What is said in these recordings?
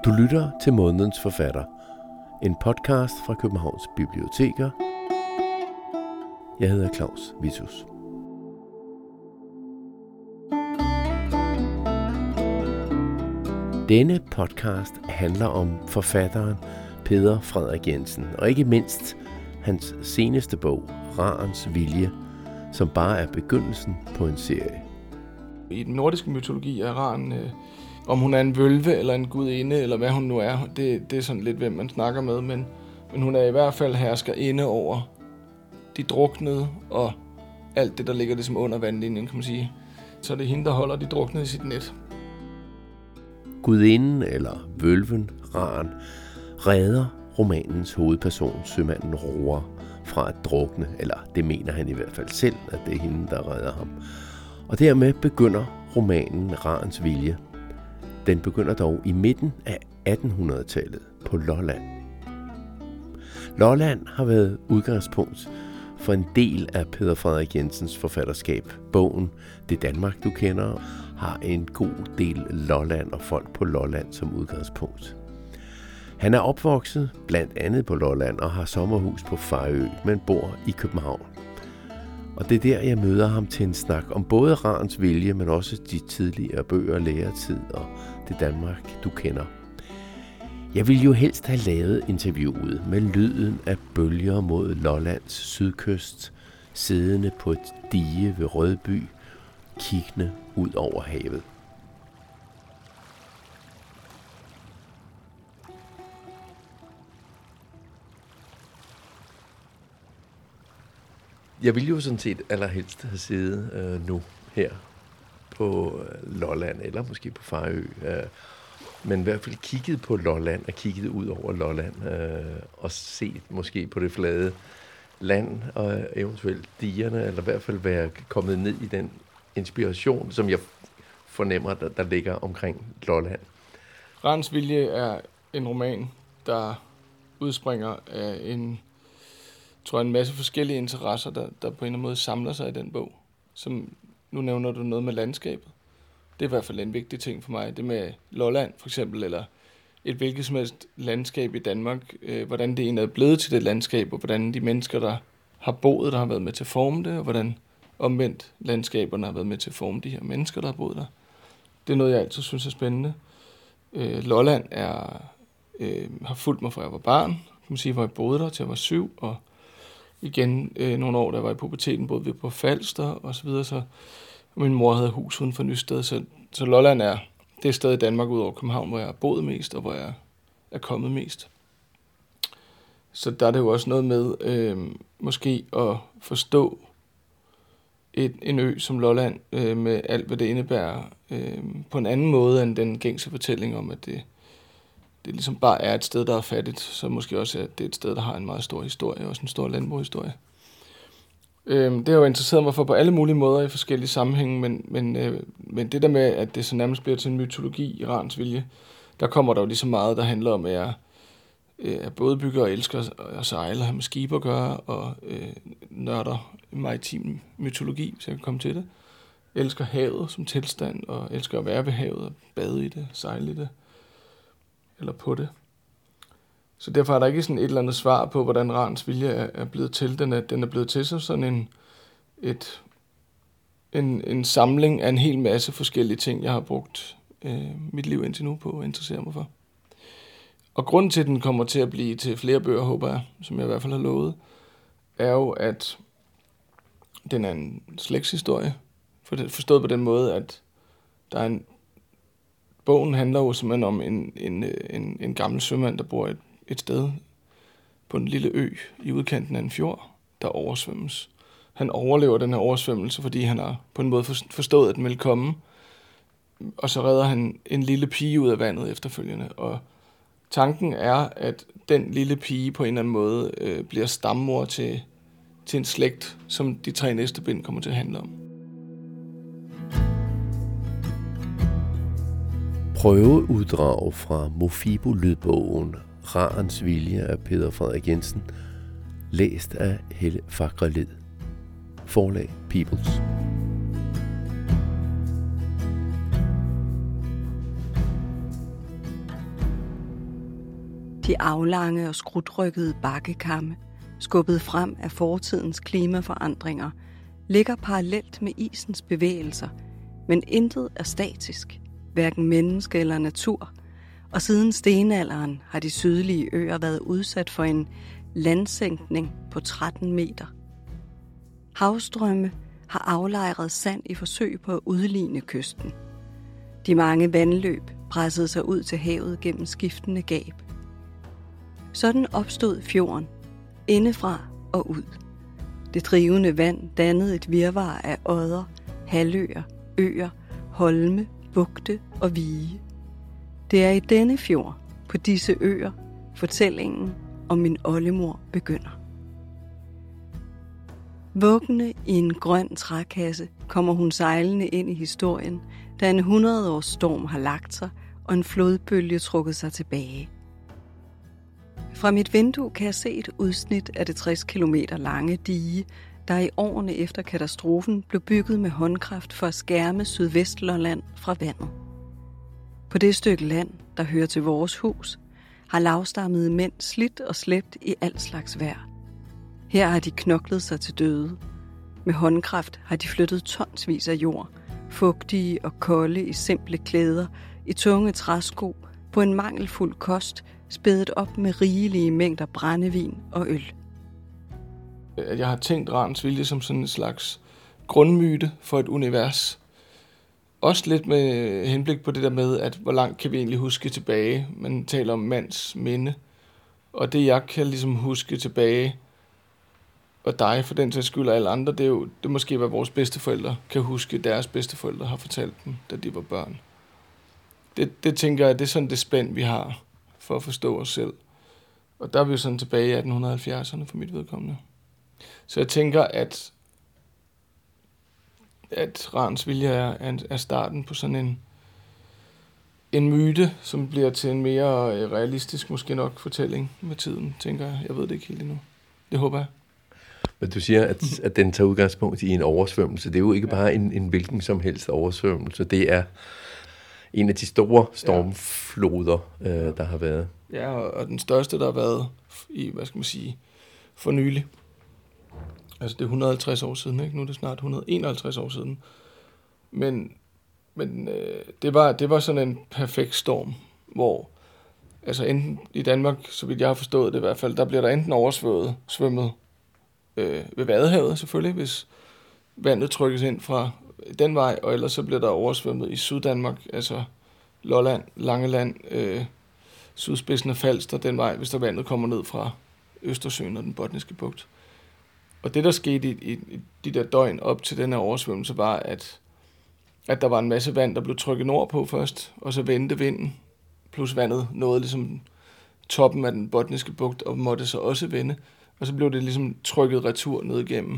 Du lytter til Månedens Forfatter, en podcast fra Københavns Biblioteker. Jeg hedder Claus Vitus. Denne podcast handler om forfatteren Peder Frederik Jensen, og ikke mindst hans seneste bog, Rarens Vilje, som bare er begyndelsen på en serie. I den nordiske mytologi er Raren, om hun er en vølve eller en gudinde, eller hvad hun nu er, det er sådan lidt, hvem man snakker med, men hun er i hvert fald herskerinde over de druknede og alt det, der ligger ligesom under vandlinjen, kan man sige. Så det er hende, der holder de druknede i sit net. Gudinden, eller vølven, Raren, redder romanens hovedperson, sømanden Roar, fra at drukne, eller det mener han i hvert fald selv, at det er hende, der redder ham. Og dermed begynder romanen Rarens Vilje. Den begynder dog i midten af 1800-tallet på Lolland. Lolland har været udgangspunkt for en del af Peder Frederik Jensens forfatterskab. Bogen Det Danmark, du kender, har en god del Lolland og folk på Lolland som udgangspunkt. Han er opvokset blandt andet på Lolland og har sommerhus på Fejø, men bor i København. Og det er der, jeg møder ham til en snak om både Rarens Vilje, men også de tidligere bøger, Læretid og Det Danmark, du kender. Jeg ville jo helst have lavet interviewet med lyden af bølger mod Lollands sydkyst, siddende på et dige ved Rødby, kiggende ud over havet. Jeg ville jo sådan set allerhelst have siddet nu her på Lolland, eller måske på Fejø, men i hvert fald kigget på Lolland og kigget ud over Lolland og set måske på det flade land og eventuelt digerne, eller i hvert fald være kommet ned i den inspiration, som jeg fornemmer, der ligger omkring Lolland. Rarens Vilje er en roman, der udspringer af en masse forskellige interesser, der på en eller anden måde samler sig i den bog. Som nu nævner du noget med landskabet. Det er i hvert fald en vigtig ting for mig. Det med Lolland for eksempel, eller et hvilket som helst landskab i Danmark. Hvordan det egentlig er blevet til det landskab, og hvordan de mennesker, der har boet, der har været med til at forme det, og hvordan omvendt landskaberne har været med til at forme de her mennesker, der har boet der. Det er noget, jeg altid synes er spændende. Lolland har fulgt mig fra jeg var barn. Kan man sige, hvor jeg boede der til jeg var 7, og igen nogle år, der var i puberteten, boede vi på Falster og så videre, så min mor havde hus uden for Nysted, så Lolland er det sted i Danmark ud over København, hvor jeg har boet mest, og hvor jeg er kommet mest. Så der er det jo også noget med måske at forstå en ø som Lolland med alt, hvad det indebærer, på en anden måde end den gængse fortælling om, at det ligesom bare er et sted, der er fattigt, så måske også at det er et sted, der har en meget stor historie, også en stor landbrugshistorie. Det har jo interesseret mig for på alle mulige måder i forskellige sammenhænge, men det der med, at det så nærmest bliver til en mytologi i Rarens Vilje, der kommer der jo lige så meget, der handler om, at jeg både bygger og elsker at sejle og have med skibe at gøre, og nørder maritim mytologi, så jeg kan komme til det. Jeg elsker havet som tilstand, og elsker at være ved havet og bade i det, sejle i det, eller på det. Så derfor er der ikke sådan et eller andet svar på, hvordan Rarens Vilje er blevet til. Den er blevet til som sådan en samling af en hel masse forskellige ting, jeg har brugt mit liv indtil nu på at interessere mig for. Og grunden til, at den kommer til at blive til flere bøger, håber jeg, som jeg i hvert fald har lovet, er jo, at den er en slægtshistorie. Forstået på den måde, at der er bogen handler jo simpelthen om en gammel sømand, der bor et sted på en lille ø i udkanten af en fjord, der oversvømmes. Han overlever den her oversvømmelse, fordi han har på en måde forstået, at den vil komme. Og så redder han en lille pige ud af vandet efterfølgende. Og tanken er, at den lille pige på en eller anden måde bliver stammor til en slægt, som de 3 næste bind kommer til at handle om. Prøveuddrag fra Mofibo-lydbogen Rarens Vilje af Peder Frederik Jensen, læst af Helle Fagrelid. Forlag Peoples. De aflange og skrudrykkede bakkekamme, skubbet frem af fortidens klimaforandringer, ligger parallelt med isens bevægelser, men intet er statisk, hverken menneske eller natur, og siden stenalderen har de sydlige øer været udsat for en landsænkning på 13 meter. Havstrømme har aflejret sand i forsøg på at udligne kysten. De mange vandløb pressede sig ud til havet gennem skiftende gab. Sådan opstod fjorden, indefra og ud. Det drivende vand dannede et virvar af odder, halvøer, øer, holme, bugte og vige. Det er i denne fjord, på disse øer, fortællingen om min oldemor begynder. Vuggende i en grøn trækasse kommer hun sejlende ind i historien, da en 100-års storm har lagt sig og en flodbølge trukket sig tilbage. Fra mit vindue kan jeg se et udsnit af det 60 km lange dige, der i årene efter katastrofen blev bygget med håndkraft for at skærme Sydvestlolland fra vandet. På det stykke land, der hører til vores hus, har lavstammede mænd slidt og slæbt i al slags vejr. Her har de knoklet sig til døde. Med håndkraft har de flyttet tonsvis af jord, fugtige og kolde i simple klæder, i tunge træsko, på en mangelfuld kost, spædet op med rigelige mængder brændevin og øl. Jeg har tænkt Rans Vilje som sådan en slags grundmyte for et univers. Også lidt med henblik på det der med, at hvor langt kan vi egentlig huske tilbage. Man taler om mands minde. Og det jeg kan ligesom huske tilbage, og dig for den sags skyld og alle andre, det er måske, hvad vores bedsteforældre kan huske, deres bedsteforældre har fortalt dem, da de var børn. Det tænker jeg, det er sådan det spænd, vi har for at forstå os selv. Og der er vi jo sådan tilbage i 1870'erne for mit vedkommende. Så jeg tænker, at Rans Vilje er starten på sådan en myte, som bliver til en mere realistisk, måske nok fortælling med tiden, tænker jeg. Jeg ved det ikke helt endnu. Det håber jeg. Men du siger, at den tager udgangspunkt i en oversvømmelse. Det er jo ikke bare en hvilken som helst oversvømmelse. Det er en af de store stormfloder, der har været. Ja, og den største, der har været i, for nylig. Altså det er 150 år siden, ikke? Nu er det snart 151 år siden. Men det var sådan en perfekt storm, hvor altså enten i Danmark, så vidt jeg har forstået det i hvert fald, der bliver der enten oversvømmet ved Vadehavet selvfølgelig, hvis vandet trykkes ind fra den vej, og ellers så bliver der oversvømmet i Syddanmark, altså Lolland, Langeland, sydspidsen af Falster, den vej, hvis der vandet kommer ned fra Østersøen og den Botniske Bugt. Og det, der skete i de der døgn op til den her oversvømmelse, var, at der var en masse vand, der blev trykket nordpå først, og så vendte vinden, plus vandet nåede ligesom toppen af den Botniske Bugt, og måtte så også vende, og så blev det ligesom trykket retur ned igennem,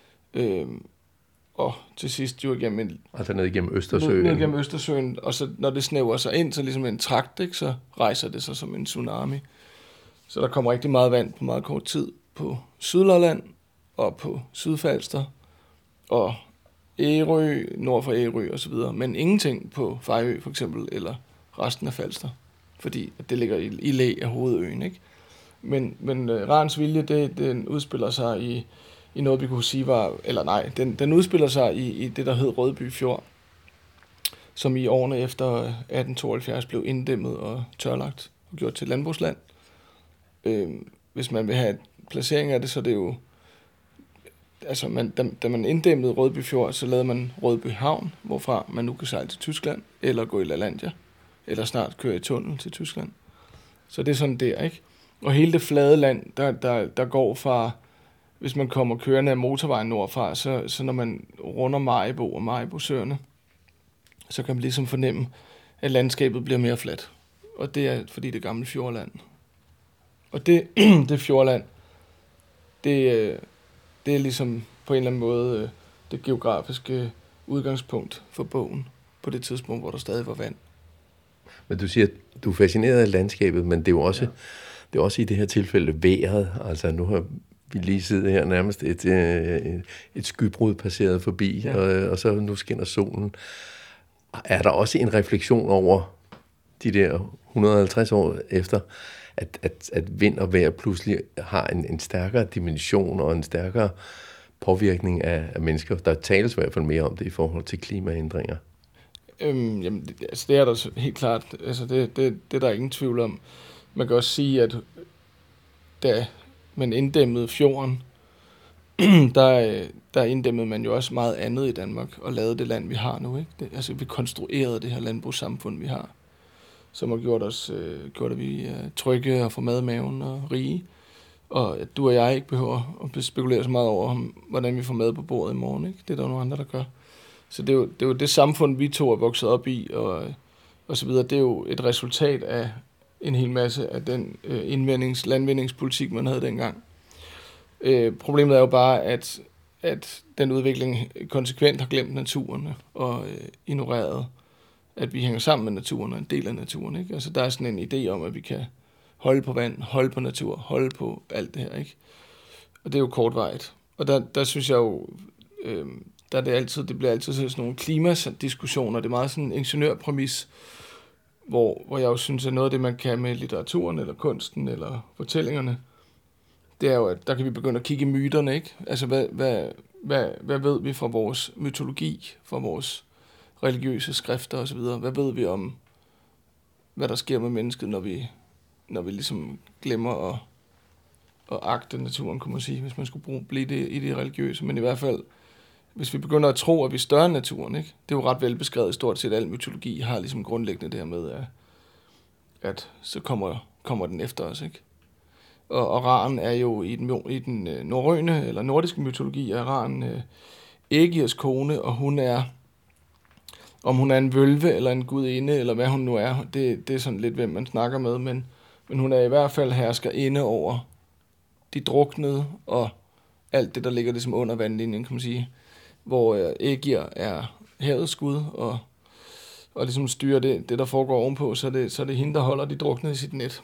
og til sidst jo igennem altså ned igennem Østersøen. Ned igennem Østersøen, og så når det snæver sig ind, så ligesom en trakt, ikke, så rejser det sig som en tsunami. Så der kommer rigtig meget vand på meget kort tid på Sydlolland, og på Sydfalster, og Ærø, nord for Ærø og så videre, men ingenting på Fejø for eksempel, eller resten af Falster, fordi det ligger i læ af hovedøen, ikke? Men Rans Vilje, den udspiller sig i noget, vi kunne sige var, eller nej, den udspiller sig i det, der hed Rødby Fjord, som i årene efter 1872 blev inddæmmet og tørlagt og gjort til landbrugsland. Hvis man vil have placering af det, så det er jo, altså da man inddæmmede Rødby Fjord, så lavede man Rødby Havn, hvorfra man nu kan sejle til Tyskland, eller gå i LaLandia, eller snart køre i tunnel til Tyskland. Så det er sådan der, ikke? Og hele det flade land, der går fra, hvis man kommer kørende af motorvejen nordfra, så når man runder Maribo og Maribo-søerne, så kan man ligesom fornemme, at landskabet bliver mere fladt. Og det er fordi det gamle fjordland. Og det fjordland, det er ligesom på en eller anden måde det geografiske udgangspunkt for bogen på det tidspunkt, hvor der stadig var vand. Men du siger, at du er fascineret af landskabet, men det er jo også, det er også i det her tilfælde vejret. Altså nu har vi lige siddet her nærmest et skybrud passeret forbi, og så nu skinner solen. Er der også en refleksion over de der 150 år efter, at vind og vejr pludselig har en stærkere dimension og en stærkere påvirkning af mennesker. Der tales i hvert fald mere om det i forhold til klimaændringer. Jamen, det er der helt klart. Altså, det er der ingen tvivl om. Man kan også sige, at da man inddæmmede fjorden, der inddæmmede man jo også meget andet i Danmark og lavede det land, vi har nu. Ikke? Vi konstruerede det her landbrugssamfund, vi har, som har gjort, at vi er trygge og får mad i maven og rige. Og at du og jeg ikke behøver at spekulere så meget over, hvordan vi får mad på bordet i morgen. Ikke? Det er der nogle andre, der gør. Så det er jo det samfund, vi to er vokset op i, og så videre. Det er jo et resultat af en hel masse af den landvindingspolitik, man havde dengang. Problemet er jo bare, at den udvikling konsekvent har glemt naturen og ignoreret, at vi hænger sammen med naturen og en del af naturen. Ikke? Altså, der er sådan en idé om, at vi kan holde på vand, holde på natur, holde på alt det her. Ikke? Og det er jo kortvarigt. Og der synes jeg jo, det bliver altid sådan nogle klimadiskussioner. Det er meget sådan en ingeniørpræmis, hvor jeg jo synes, at noget af det, man kan med litteraturen, eller kunsten, eller fortællingerne, det er jo, at der kan vi begynde at kigge i myterne, ikke? Altså, hvad ved vi fra vores mytologi, fra vores religiøse skrifter osv.? Hvad ved vi om, hvad der sker med mennesket, når vi ligesom glemmer at agte naturen, kunne man sige, hvis man skulle blive det i det religiøse. Men i hvert fald, hvis vi begynder at tro, at vi er større end naturen, ikke? Det er jo ret velbeskrevet i stort set. Al mytologi har ligesom grundlæggende det her med, at så kommer den efter os, ikke? Og Ran er jo i den norrøne eller nordiske mytologi, er Ran Ægirs kone, og om hun er en vølve eller en gudinde, eller hvad hun nu er, det er sådan lidt, hvem man snakker med, men hun er i hvert fald herskerinde over de druknede, og alt det, der ligger ligesom under vandlinjen, kan man sige, hvor Ægir er havets gud, og ligesom styrer det, der foregår ovenpå, så er det hende, der holder de druknede i sit net.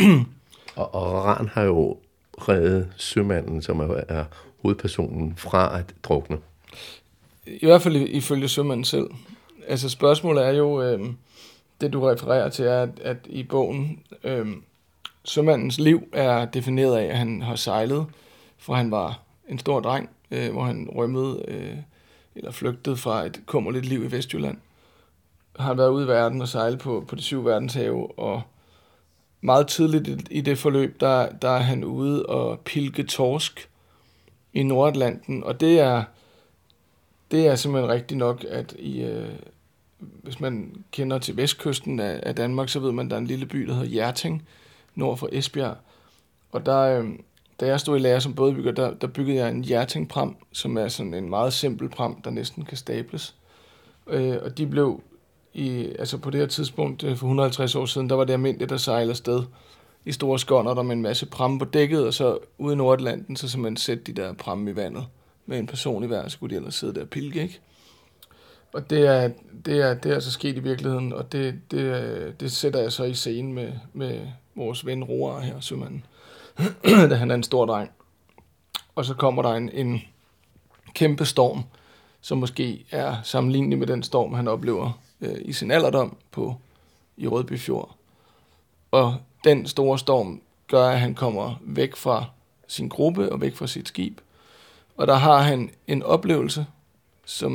Og Ran har jo reddet sømanden, som er hovedpersonen, fra at drukne. I hvert fald ifølge sømanden selv. Altså spørgsmålet er jo, det du refererer til, er, at i bogen, sømandens liv er defineret af, at han har sejlet, fra han var en stor dreng, hvor han rømmede eller flygtede fra et kummerligt liv i Vestjylland. Han har været ude i verden og sejlet på de 7 verdenshave, og meget tidligt i det forløb, der er han ude og pilke torsk i Nordatlanten, og det er simpelthen rigtigt nok, at hvis man kender til vestkysten af Danmark, så ved man, at der er en lille by, der hedder Hjerting, nord for Esbjerg. Og da jeg stod i lære som bådbygger, der byggede jeg en Hjerting-pram, som er sådan en meget simpel pram, der næsten kan stables. Og de blev på det her tidspunkt, for 150 år siden, der var det almindeligt at sejle afsted i store skånder, der med en masse pramme på dækket, og så ude i Nordatlanten, så man sætte de der pramme i vandet med en person i hver, så kunne de ellers sidde der og pilke, ikke? Og det er altså sket i virkeligheden, og det sætter jeg så i scene med vores ven Roar her, sømanden, da han er en stor dreng. Og så kommer der en kæmpe storm, som måske er sammenlignelig med den storm, han oplever i sin alderdom i Rødby Fjord. Og den store storm gør, at han kommer væk fra sin gruppe og væk fra sit skib. Og der har han en oplevelse, som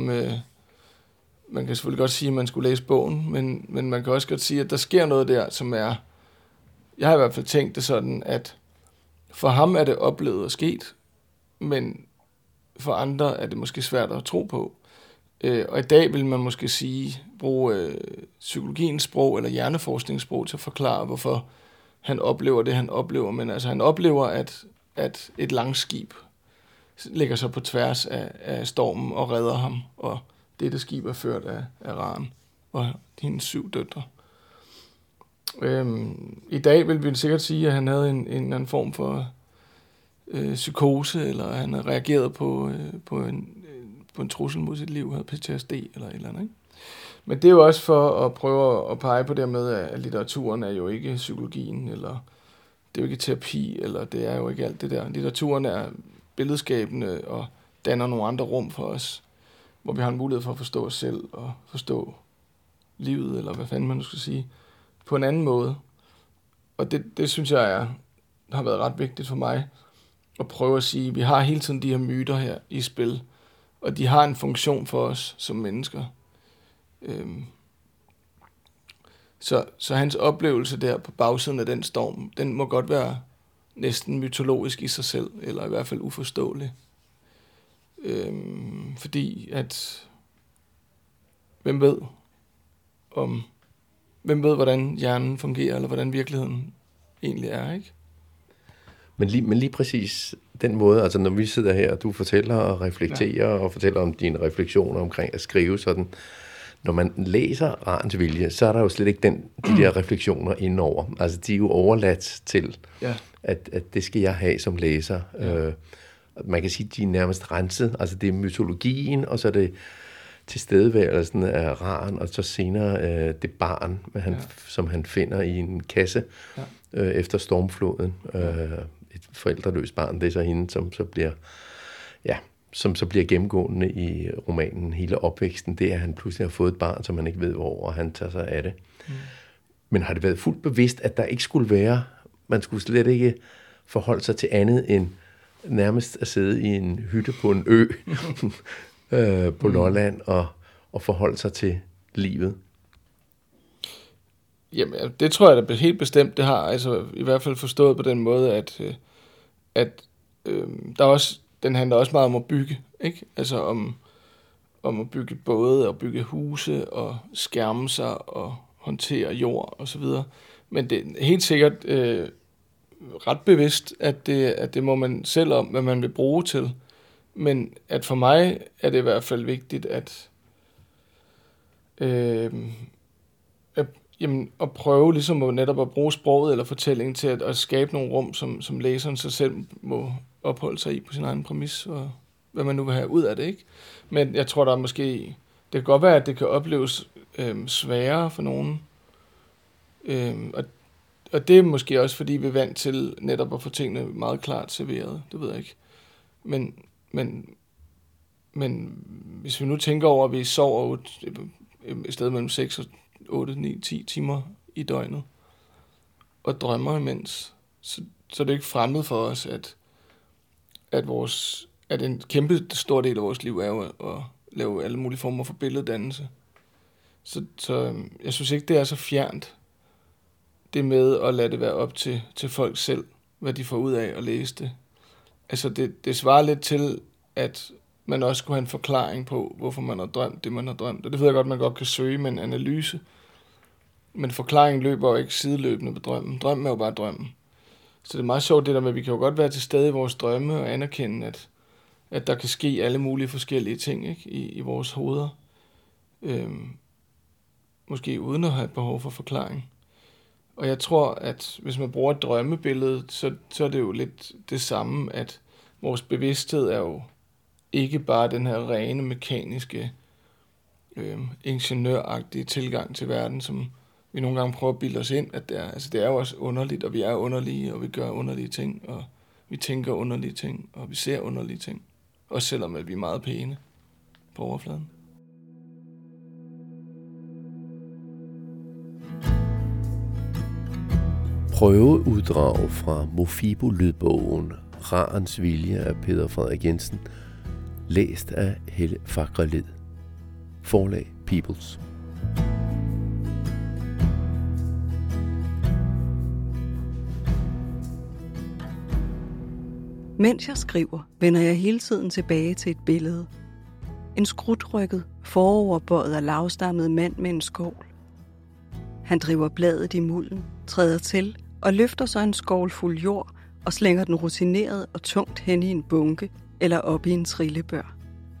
man kan selvfølgelig godt sige, at man skulle læse bogen, men man kan også godt sige, at der sker noget der, som er... Jeg har i hvert fald tænkt det sådan, at for ham er det oplevet og sket, men for andre er det måske svært at tro på. Og i dag vil man måske bruge psykologiens sprog eller hjerneforskningssprog til at forklare, hvorfor han oplever det, han oplever. Men altså, han oplever, at et langskib ligger så på tværs af stormen og redder ham, og dette skib er ført af Ran og hendes 7 døtre. I dag vil vi sikkert sige, at han havde en eller anden form for psykose, eller han havde reageret på en trussel mod sit liv, havde PTSD eller et eller andet, ikke? Men det er jo også for at prøve at pege på det med, at litteraturen er jo ikke psykologien, eller det er jo ikke terapi, eller det er jo ikke alt det der. Litteraturen er billedskabende og danner nogle andre rum for os, hvor vi har en mulighed for at forstå os selv og forstå livet, eller hvad fanden man nu skal sige, på en anden måde. Og det synes jeg har været ret vigtigt for mig, at prøve at sige, at vi har hele tiden de her myter her i spil, og de har en funktion for os som mennesker. Så hans oplevelse der på bagsiden af den storm, den må godt være næsten mytologisk i sig selv, eller i hvert fald uforståelig. Fordi at hvem ved, hvordan hjernen fungerer, eller hvordan virkeligheden egentlig er, ikke? Men lige præcis den måde, altså når vi sidder her, og du fortæller og reflekterer, og fortæller om dine refleksioner omkring at skrive sådan, når man læser Rarens Vilje, så er der jo slet ikke de der refleksioner indenover. Altså de er jo overladt til, at det skal jeg have som læser. Ja. Man kan sige, at de er nærmest renset. Altså det er mytologien, og så er det tilstedeværelsen af Raren, og så senere det barn, som han finder i en kasse efter stormfloden. Et forældreløst barn, det er så hende, som så bliver gennemgående i romanen hele opvæksten. Det er, at han pludselig har fået et barn, som han ikke ved hvor, og han tager sig af det. Men har det været fuldt bevidst, at der ikke skulle være, man skulle slet ikke forholde sig til andet end nærmest at sidde i en hytte på en ø på Lolland og forholde sig til livet? Jamen, det tror jeg da helt bestemt, det har. Altså i hvert fald forstået på den måde, at der også, den handler også meget om at bygge, ikke? Altså om at bygge både og bygge huse og skærme sig og håndtere jord og så videre. Men det er helt sikkert ret bevidst, at det må man selv om, hvad man vil bruge til. Men at for mig er det i hvert fald vigtigt, at at prøve ligesom netop at bruge sproget eller fortællingen til at skabe nogle rum, som læseren sig selv må opholde sig i på sin egen præmis, og hvad man nu vil have ud af det, ikke? Men jeg tror, der måske, det kan godt være, at det kan opleves sværere for nogen, og det er måske også, fordi vi er vant til netop at få tingene meget klart serveret, det ved jeg ikke. Men hvis vi nu tænker over, at vi sover et sted mellem 6 og 8, 9, 10 timer i døgnet, og drømmer imens, så er det ikke fremmed for os, at en kæmpe stor del af vores liv er jo at lave alle mulige former for billeddannelse. Så jeg synes ikke, det er så fjernt, det med at lade det være op til folk selv, hvad de får ud af at læse det. Altså det svarer lidt til, at man også skulle have en forklaring på, hvorfor man har drømt det, man har drømt. Og det ved jeg godt, man godt kan søge med en analyse. Men forklaringen løber jo ikke sideløbende ved drømmen. Drømmen er jo bare drømmen. Så det er meget sjovt det der med, at vi kan jo godt være til stede i vores drømme og anerkende, at der kan ske alle mulige forskellige ting, ikke? I vores hoveder. Måske uden at have et behov for forklaring. Og jeg tror, at hvis man bruger et drømmebillede, så er det jo lidt det samme, at vores bevidsthed er jo ikke bare den her rene, mekaniske, ingeniøragtige tilgang til verden, som vi nogle gange prøver at bilde os ind, at det er. Altså det er jo også underligt, og vi er underlige, og vi gør underlige ting, og vi tænker underlige ting, og vi ser underlige ting. Også selvom at vi er meget pæne på overfladen. Prøveuddrag fra Mofibo-lydbogen Rarens Vilje af Peter Frederik Jensen, læst af Helle Fagrelid. Forlag Peoples. Mens jeg skriver, vender jeg hele tiden tilbage til et billede. En skrutrykket, foroverbøjet og lavstammet mand med en skovl. Han driver bladet i mulden, træder til og løfter så en skovl fuld jord og slænger den rutineret og tungt hen i en bunke eller op i en trillebør.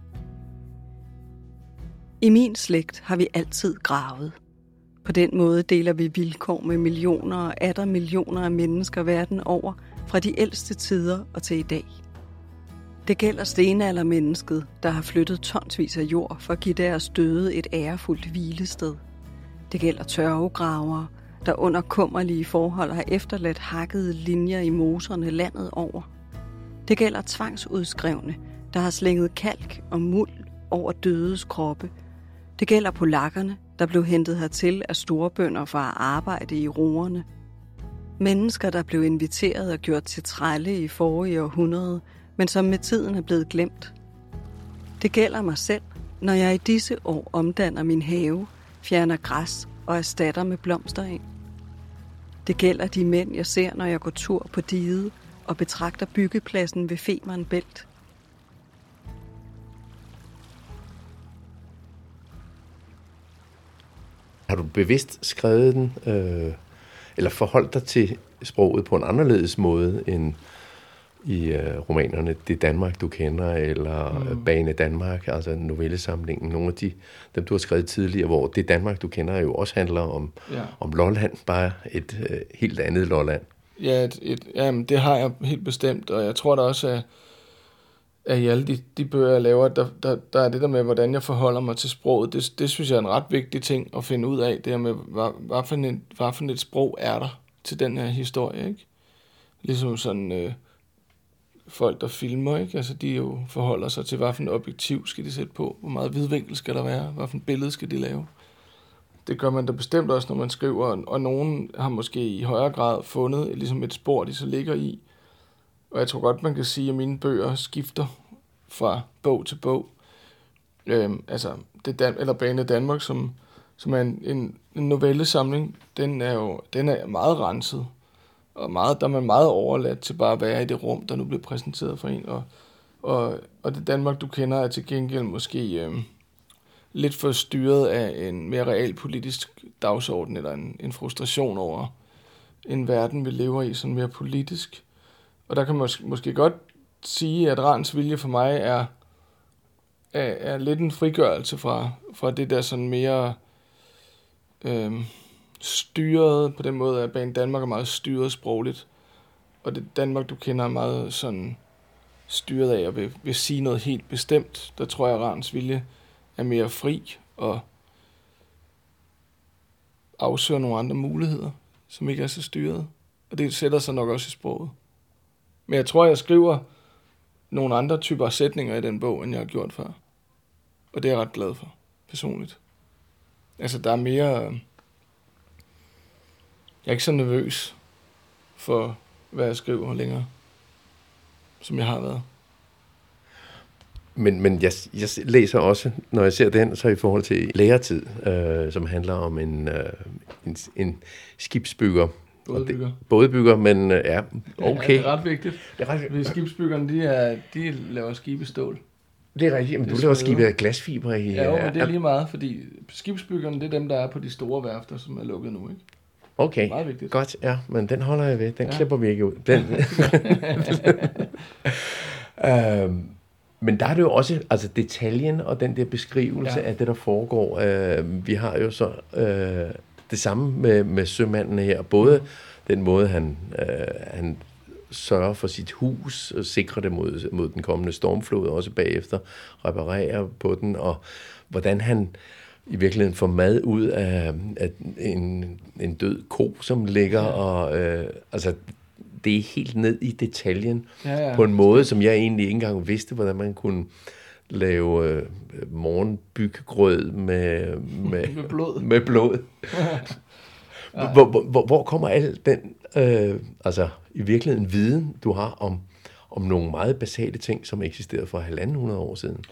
I min slægt har vi altid gravet. På den måde deler vi vilkår med millioner og atter millioner af mennesker verden over, fra de ældste tider og til i dag. Det gælder stenaldermennesket, der har flyttet tonsvis af jord for at give deres døde et ærefuldt hvilested. Det gælder tørvegravere, der under kummerlige forhold har efterladt hakkede linjer i moserne landet over. Det gælder tvangsudskrevne, der har slænget kalk og muld over dødes kroppe. Det gælder polakkerne, der blev hentet hertil af storbønder for at arbejde i roerne. Mennesker, der blev inviteret og gjort til trælle i forrige århundrede, men som med tiden er blevet glemt. Det gælder mig selv, når jeg i disse år omdanner min have, fjerner græs og erstatter med blomstereng. Det gælder de mænd, jeg ser, når jeg går tur på diget og betragter byggepladsen ved Femern Bælt. Har du bevidst skrevet den, eller forholdt dig til sproget på en anderledes måde end i romanerne Det Danmark, du kender, eller Bane Danmark, altså novellesamlingen, nogle af dem, du har skrevet tidligere, hvor Det Danmark, du kender, jo også handler om Lolland, bare et helt andet Lolland. Ja, jamen, det har jeg helt bestemt, og jeg tror da også, at i alle de bøger, jeg laver, der er det der med, hvordan jeg forholder mig til sproget. Det synes jeg er en ret vigtig ting at finde ud af, det her med, hvad for et sprog er der til den her historie, ikke? Ligesom sådan folk, der filmer, ikke? Altså, de jo forholder sig til, hvad for en objektiv skal de sætte på, hvor meget vidvinkel skal der være, hvad for et billede skal de lave. Det gør man da bestemt også, når man skriver, og nogen har måske i højere grad fundet ligesom et spor, de så ligger i. Og jeg tror godt, man kan sige, at mine bøger skifter fra bog til bog. Altså, eller Bane Danmark, som er en novellesamling, den er meget renset. Og der er man meget overladt til bare at være i det rum, der nu bliver præsenteret for en. Og Det Danmark, du kender, er til gengæld måske lidt for styret af en mere realpolitisk dagsorden, eller en frustration over en verden, vi lever i, sådan mere politisk. Og der kan man måske godt sige, at Rans vilje for mig er lidt en frigørelse fra det der sådan mere styret, på den måde, at Bane Danmark er meget styret sprogligt. Og Det Danmark, du kender, er meget sådan styret af at vil sige noget helt bestemt. Der tror jeg, at Rans vilje er mere fri og afsøger nogle andre muligheder, som ikke er så styret. Og det sætter sig nok også i sproget. Men jeg tror, jeg skriver nogle andre typer sætninger i den bog, end jeg har gjort før. Og det er jeg ret glad for, personligt. Altså, der er mere... Jeg er ikke så nervøs for, hvad jeg skriver længere, som jeg har været. Men jeg læser også, når jeg ser den, så i forhold til læretid, som handler om en skibsbygger. Bådebygger, men ja, okay. Ja, det er ret vigtigt. Skibsbyggerne, de laver skibe stål. Det er rigtigt, men du laver skibe af glasfiber i... Ja, men det er lige meget, fordi skibsbyggerne, det er dem, der er på de store værfter, som er lukket nu, ikke? Okay, meget vigtigt. Godt, ja, men den holder jeg ved. Den klipper vi ikke ud. Men der er det jo også, altså detaljen og den der beskrivelse af det, der foregår. Vi har jo så det samme med sømanden her. Både den måde, han sørger for sit hus, og sikrer det mod den kommende stormflod, og også bagefter reparerer på den, og hvordan han i virkeligheden får mad ud af en død ko, som ligger, og altså det er helt ned i detaljen på en måde, som jeg egentlig ikke engang vidste, hvordan man kunne lave morgenbyggrød med blod. Med blod. Hvor kommer al den altså i virkeligheden viden, du har om nogle meget basale ting, som eksisterede for 150 år siden?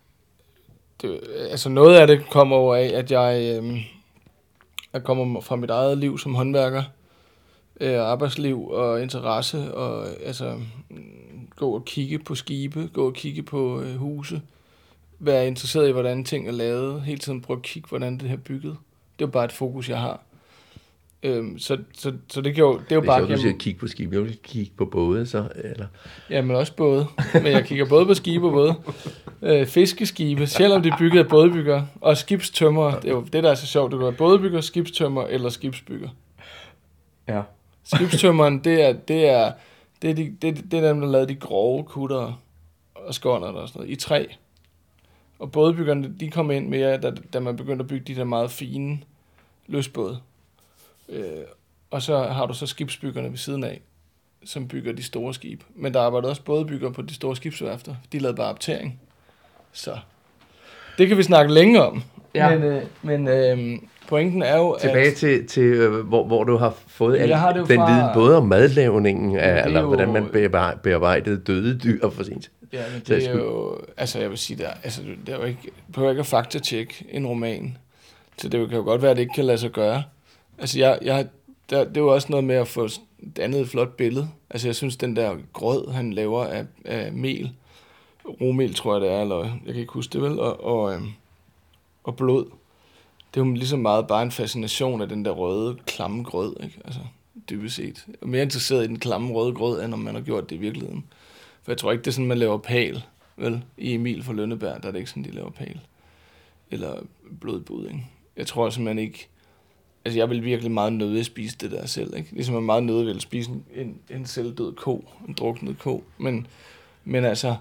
Altså noget af det kommer over af, at jeg kommer fra mit eget liv som håndværker, arbejdsliv og interesse, og altså gå og kigge på skibe, gå og kigge på huse, være interesseret i, hvordan ting er lavet, hele tiden prøve at kigge, hvordan det her er bygget. Det er jo bare et fokus, jeg har. Så det er jo bare... Hvis du siger kigge på skibe, jeg vil kigge på både, så, eller? Ja, men også både. Men jeg kigger både på skibe og både. Fiskeskibe, selvom de er bygget af bådebygger, og skibstømmer. Det er jo det, der er så sjovt. Du kan være bådebygger, skibstømmer eller skibsbygger. Ja. Skibstømmeren, det er dem, der lavede de grove kutter og skåner og sådan noget, i træ. Og bådbyggerne, de kom ind mere, da man begyndte at bygge de der meget fine løsbåde. Og så har du så skibsbyggerne ved siden af, som bygger de store skib. Men der arbejder også bådbyggere på de store skibsværfter. De lavede bare optering. Så det kan vi snakke længe om. Ja. Men pointen er jo, tilbage til hvor du har fået den viden, både om madlavningen, eller jo, hvordan man bearbejdede døde dyr for sent. Ja, men det er jo, altså jeg vil sige, det er jo ikke, behøver ikke at faktatjekke en roman, så det kan jo godt være, at det ikke kan lade sig gøre. Altså det er jo også noget med at få dannet et flot billede. Altså jeg synes, den der grød, han laver af mel, romel tror jeg det er, eller jeg kan ikke huske det vel, og blod, det er jo ligesom meget bare en fascination af den der røde, klamme grød, ikke? Altså dybest set. Jeg er mere interesseret i den klamme røde grød, end om man har gjort det i virkeligheden. For jeg tror ikke, det er sådan, man laver pal, vel? I Emil fra Lønneberg, der er det ikke sådan, de laver pal. Eller blodbudding. Jeg tror simpelthen ikke... Altså, jeg vil virkelig meget nødig spise det der selv, ikke? Ligesom jeg meget nødig vil spise en selvdød ko, en druknet ko. Men altså...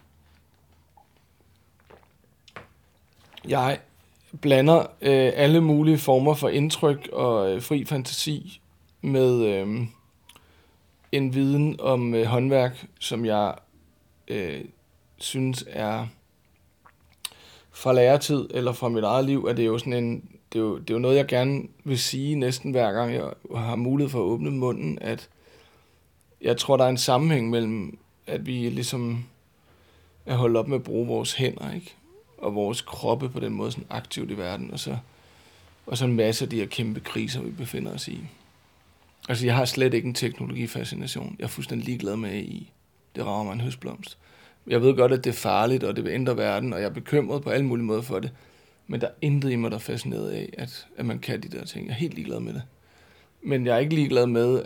Jeg blander alle mulige former for indtryk og fri fantasi med en viden om håndværk, som jeg synes er fra læretid eller fra mit eget liv, at det er jo sådan det er jo noget, jeg gerne vil sige næsten hver gang jeg har mulighed for at åbne munden, at jeg tror, der er en sammenhæng mellem, at vi ligesom er holdt op med at bruge vores hænder, ikke? Og vores kroppe på den måde sådan aktivt i verden, og så en masse af de her kæmpe kriser, vi befinder os i. Altså, jeg har slet ikke en teknologifascination. Jeg er fuldstændig ligeglad med AI. Det rager mig en høstblomst. Jeg ved godt, at det er farligt, og det vil ændre verden, og jeg er bekymret på alle mulige måder for det. Men der er intet i mig, der er fascineret af, at man kan de der ting. Jeg er helt ligeglad med det. Men jeg er ikke ligeglad med,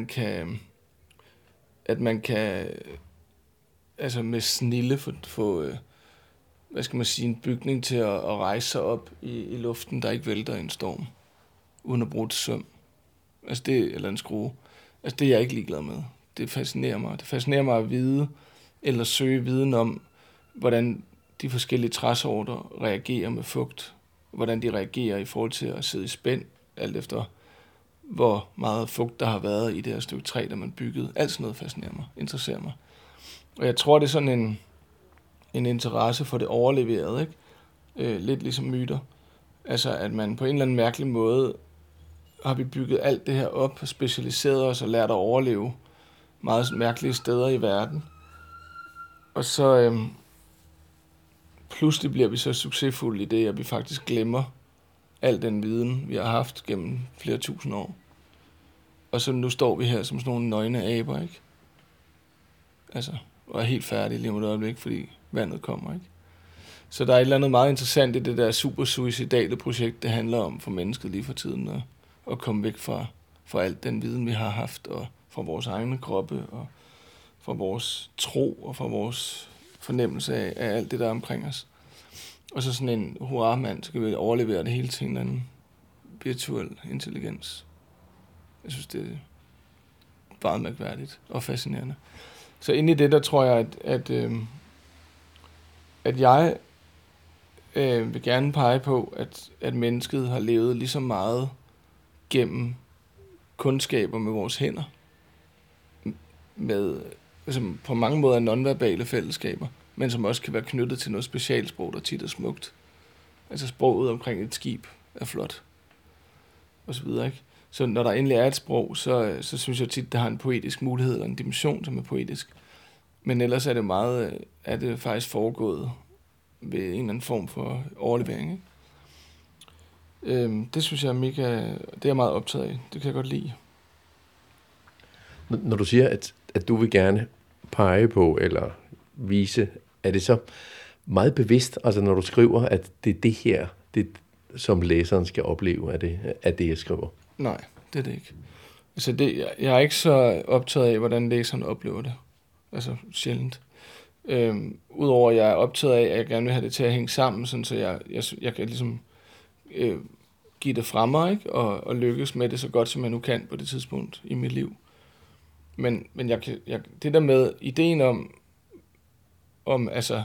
at man kan altså med snille få hvad skal man sige, en bygning til at rejse sig op i luften, der ikke vælter i en storm, uden at bruge et søm. Altså det, eller en skrue. Altså det er jeg ikke ligeglad med. Det fascinerer mig. Det fascinerer mig at vide, eller søge viden om, hvordan de forskellige træsorter reagerer med fugt. Hvordan de reagerer i forhold til at sidde i spænd, alt efter hvor meget fugt der har været i det her stykke træ, der man byggede. Alt sådan noget fascinerer mig, interesserer mig. Og jeg tror, det er sådan en interesse for det overleverede, ikke? Lidt ligesom myter. Altså, at man på en eller anden mærkelig måde har vi bygget alt det her op, specialiseret os og lært at overleve meget mærkelige steder i verden. Og så pludselig bliver vi så succesfulde i det, at vi faktisk glemmer al den viden, vi har haft gennem flere tusind år. Og så nu står vi her som sådan nogle nøgne aber, ikke? Altså, og er helt færdige lige om et øjeblik, fordi vandet kommer, ikke? Så der er et eller andet meget interessant i det der super suicidale projekt, det handler om for mennesket lige for tiden, at komme væk fra alt den viden, vi har haft, og fra vores egne kroppe, og fra vores tro, og fra vores fornemmelse af alt det, der er omkring os. Og så sådan en hurra-mand, så kan vi overlevere det hele til en eller anden virtuel intelligens. Jeg synes, det er meget mærkværdigt og fascinerende. Så inde i det, der tror jeg, at jeg vil gerne pege på, at mennesket har levet lige så meget gennem kundskaber med vores hænder, med altså på mange måder nonverbale fællesskaber, men som også kan være knyttet til noget specialsprog, der tit er smukt. Altså sproget omkring et skib er flot, og så videre, ikke? Så når der endelig er et sprog, så synes jeg tit, det har en poetisk mulighed, eller en dimension, som er poetisk. Men ellers er det faktisk foregået ved en eller anden form for overlevering, ikke? Det synes jeg er mega, det er jeg meget optaget af. Det kan jeg godt lide. Når du siger, at du vil gerne pege på eller vise, er det så meget bevidst, altså når du skriver, at det er det her, det som læseren skal opleve, af det jeg skriver? Nej, det er det ikke. Altså jeg er ikke så optaget af, hvordan læseren oplever det. Altså sjældent. Udover at jeg er optaget af, at jeg gerne vil have det til at hænge sammen, sådan så jeg kan ligesom give det fra mig, ikke? Og lykkes med det så godt, som jeg nu kan på det tidspunkt i mit liv. Men det der med ideen om altså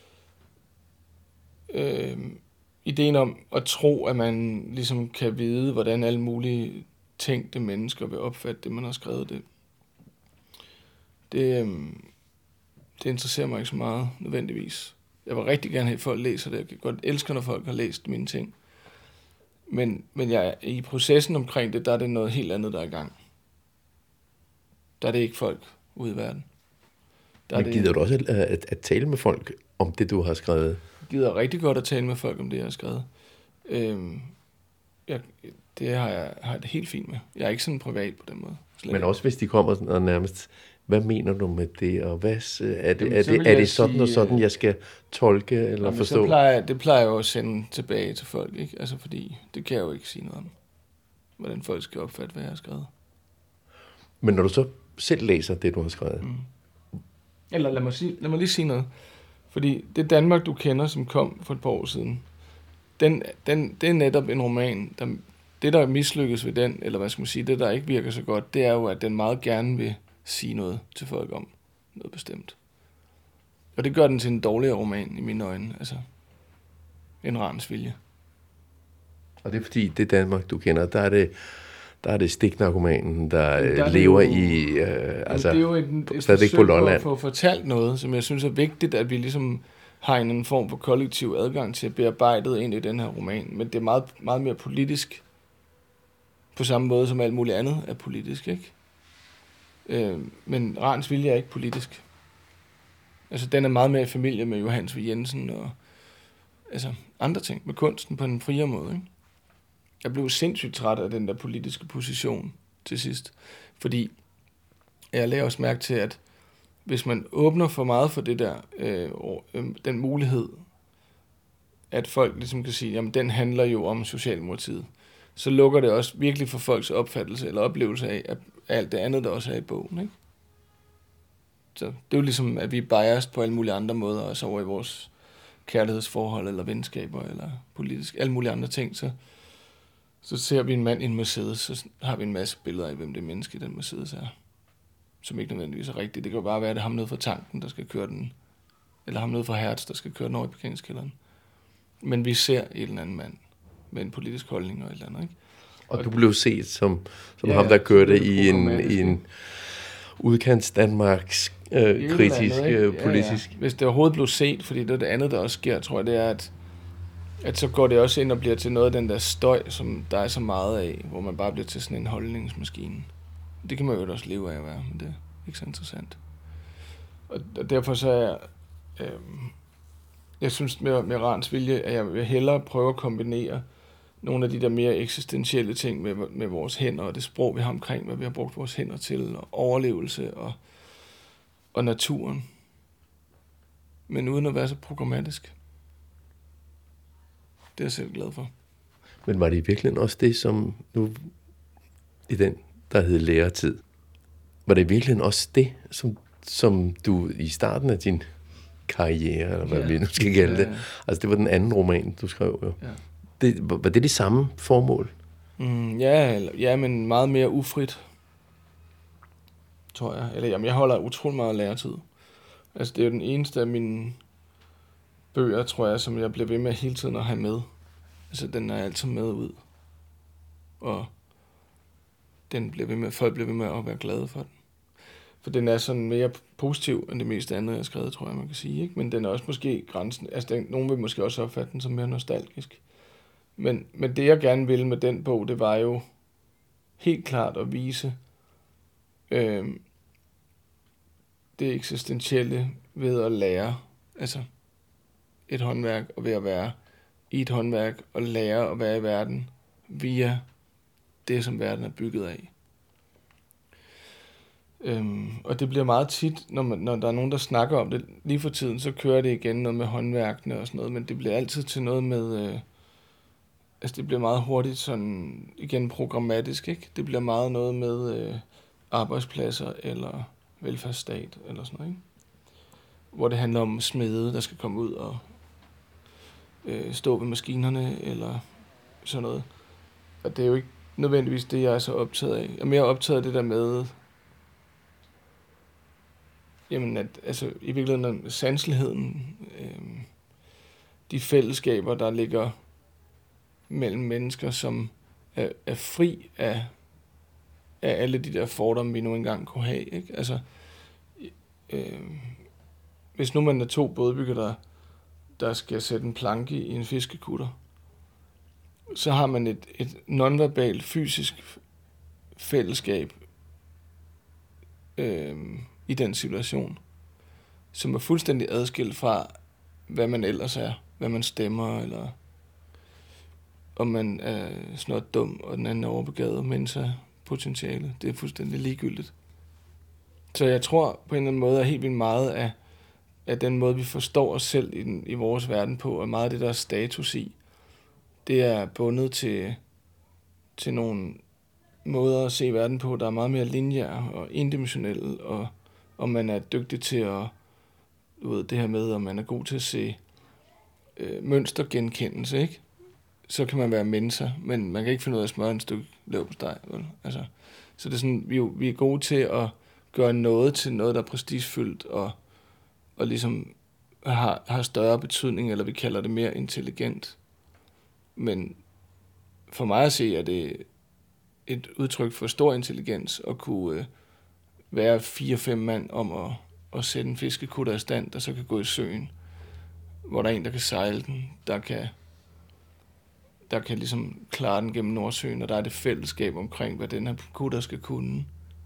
ideen om at tro, at man ligesom kan vide, hvordan alle mulige tænkte mennesker vil opfatte det, man har skrevet, det interesserer mig ikke så meget nødvendigvis. Jeg vil rigtig gerne have, at folk læser det. Jeg kan godt elske, når folk har læst mine ting. Men i processen omkring det, der er det noget helt andet, der er i gang. Der er det ikke folk ude i verden. Men gider du også at tale med folk om det, du har skrevet? Jeg gider rigtig godt at tale med folk om det, jeg har skrevet. Det har jeg det helt fint med. Jeg er ikke sådan privat på den måde. Men også hvis de kommer og nærmest, hvad mener du med det, og hvad, er det sådan sige, og sådan, jeg skal tolke eller forstå? Det plejer jeg jo at sende tilbage til folk, ikke? Altså fordi, det kan jeg jo ikke sige noget om, hvordan folk skal opfatte, hvad jeg har skrevet. Men når du så selv læser det, du har skrevet? Eller lad mig lige sige noget. Fordi det Danmark, du kender, som kom for et par år siden, det er netop en roman, det der mislykkes ved den, eller hvad skal man sige, det der ikke virker så godt, det er jo, at den meget gerne vil sige noget til folk om noget bestemt. Og det gør den til en dårligere roman i mine øjne, altså en Rans vilje. Og det er fordi, det Danmark, du kender, der er det stiknarkomanen, der lever i, det er jo et forsøg på at få fortalt noget, som jeg synes er vigtigt, at vi ligesom har en form for kollektiv adgang til at bearbejde ind i den her roman. Men det er meget, meget mere politisk, på samme måde som alt muligt andet er politisk, ikke? Men Rans vilje er ikke politisk. Altså, den er meget mere i familie med Johannes V. Jensen og altså, andre ting, med kunsten på en friere måde, ikke? Jeg blev sindssygt træt af den der politiske position til sidst, fordi jeg lagde også mærke til, at hvis man åbner for meget for det der, den mulighed, at folk ligesom kan sige, jamen den handler jo om Socialdemokratiet, så lukker det også virkelig for folks opfattelse eller oplevelse af alt det andet, der også er i bogen, ikke? Så det er jo ligesom, at vi er biased på alle mulige andre måder, også over i vores kærlighedsforhold eller venskaber eller politisk, alle mulige andre ting, så ser vi en mand i en Mercedes, så har vi en masse billeder af, hvem det menneske i den Mercedes er, som ikke nødvendigvis er rigtigt. Det kan jo bare være, at det er ham nede fra tanken, der skal køre den, eller ham nede fra Hertz, der skal køre den over i parkeringskælderen. Men vi ser en eller anden mand med en politisk holdning og et eller andet, ikke? Og du blev set som ham, der kørte i en udkants Danmarks kritisk politisk. Ja. Hvis det overhovedet blev set, fordi det er det andet, der også sker, tror jeg, det er, at så går det også ind og bliver til noget af den der støj, som der er så meget af, hvor man bare bliver til sådan en holdningsmaskine. Det kan man jo også leve af at være, men det er ikke så interessant. Og derfor så er jeg synes med Rans vilje, at jeg vil hellere prøve at kombinere nogle af de der mere eksistentielle ting med vores hænder og det sprog, vi har omkring, hvad vi har brugt vores hænder til, og overlevelse og naturen. Men uden at være så programmatisk. Det er jeg selv glad for. Men var det i virkeligheden også det, som nu i den, der hed læretid, var det i virkeligheden også det, som du i starten af din karriere, eller hvad vi nu skal kalde det, altså det var den anden roman, du skrev jo. Ja. Var det samme formål? Ja, men meget mere ufrit, tror jeg. Eller jamen, jeg holder utrolig meget læretid. Altså det er jo den eneste af mine bøger, tror jeg, som jeg bliver ved med hele tiden at have med. Altså den er altid med ud. Og folk bliver ved med at være glade for den. For den er sådan mere positiv end det meste andet, jeg har skrevet, tror jeg, man kan sige, ikke? Men den er også måske grænsen. Altså nogen vil måske også opfatte den som mere nostalgisk. Men det, jeg gerne ville med den bog, det var jo helt klart at vise det eksistentielle ved at lære, altså et håndværk, og ved at være i et håndværk, og lære at være i verden via det, som verden er bygget af. Og det bliver meget tit, når der er nogen, der snakker om det. Lige for tiden, så kører det igen noget med håndværkene og sådan noget, men det bliver altid til noget med... altså det bliver meget hurtigt sådan, igen programmatisk, ikke? Det bliver meget noget med arbejdspladser eller velfærdsstat eller sådan noget, ikke? Hvor det handler om smede, der skal komme ud og stå ved maskinerne eller sådan noget. Og det er jo ikke nødvendigvis det, jeg er så optaget af. Jeg er mere optaget af det der med, jamen at, altså i virkeligheden sanseligheden, de fællesskaber, der ligger mellem mennesker, som er fri af alle de der fordomme, vi nu engang kunne have, ikke? Altså, hvis nu man er to bådbygger, der skal sætte en planke i en fiskekutter, så har man et nonverbalt fysisk fællesskab i den situation, som er fuldstændig adskilt fra, hvad man ellers er, hvad man stemmer, eller om man er sådan noget dum, og den anden er overbegavet, mens er potentiale. Det er fuldstændig ligegyldigt. Så jeg tror på en eller anden måde, at helt vildt meget af den måde, vi forstår os selv i vores verden på, og meget af det, der er status i, det er bundet til nogle måder at se verden på, der er meget mere lineære og indimensionelle, og man er dygtig til at, det her med, om man er god til at se mønstergenkendelse, ikke? Så kan man være mentor, men man kan ikke finde ud af at smøre et stykke leverpostej, vel? Altså, så det er sådan, vi er gode til at gøre noget til noget, der er prestigefyldt, og ligesom har større betydning, eller vi kalder det mere intelligent. Men for mig at se, er det et udtryk for stor intelligens at kunne være 4-5 mand om at sætte en fiskekutter i stand, der så kan gå i søen, hvor der er en, der kan sejle den, der kan ligesom klare den gennem Nordsøen, og der er det fællesskab omkring, hvad den her kutter skal kunne.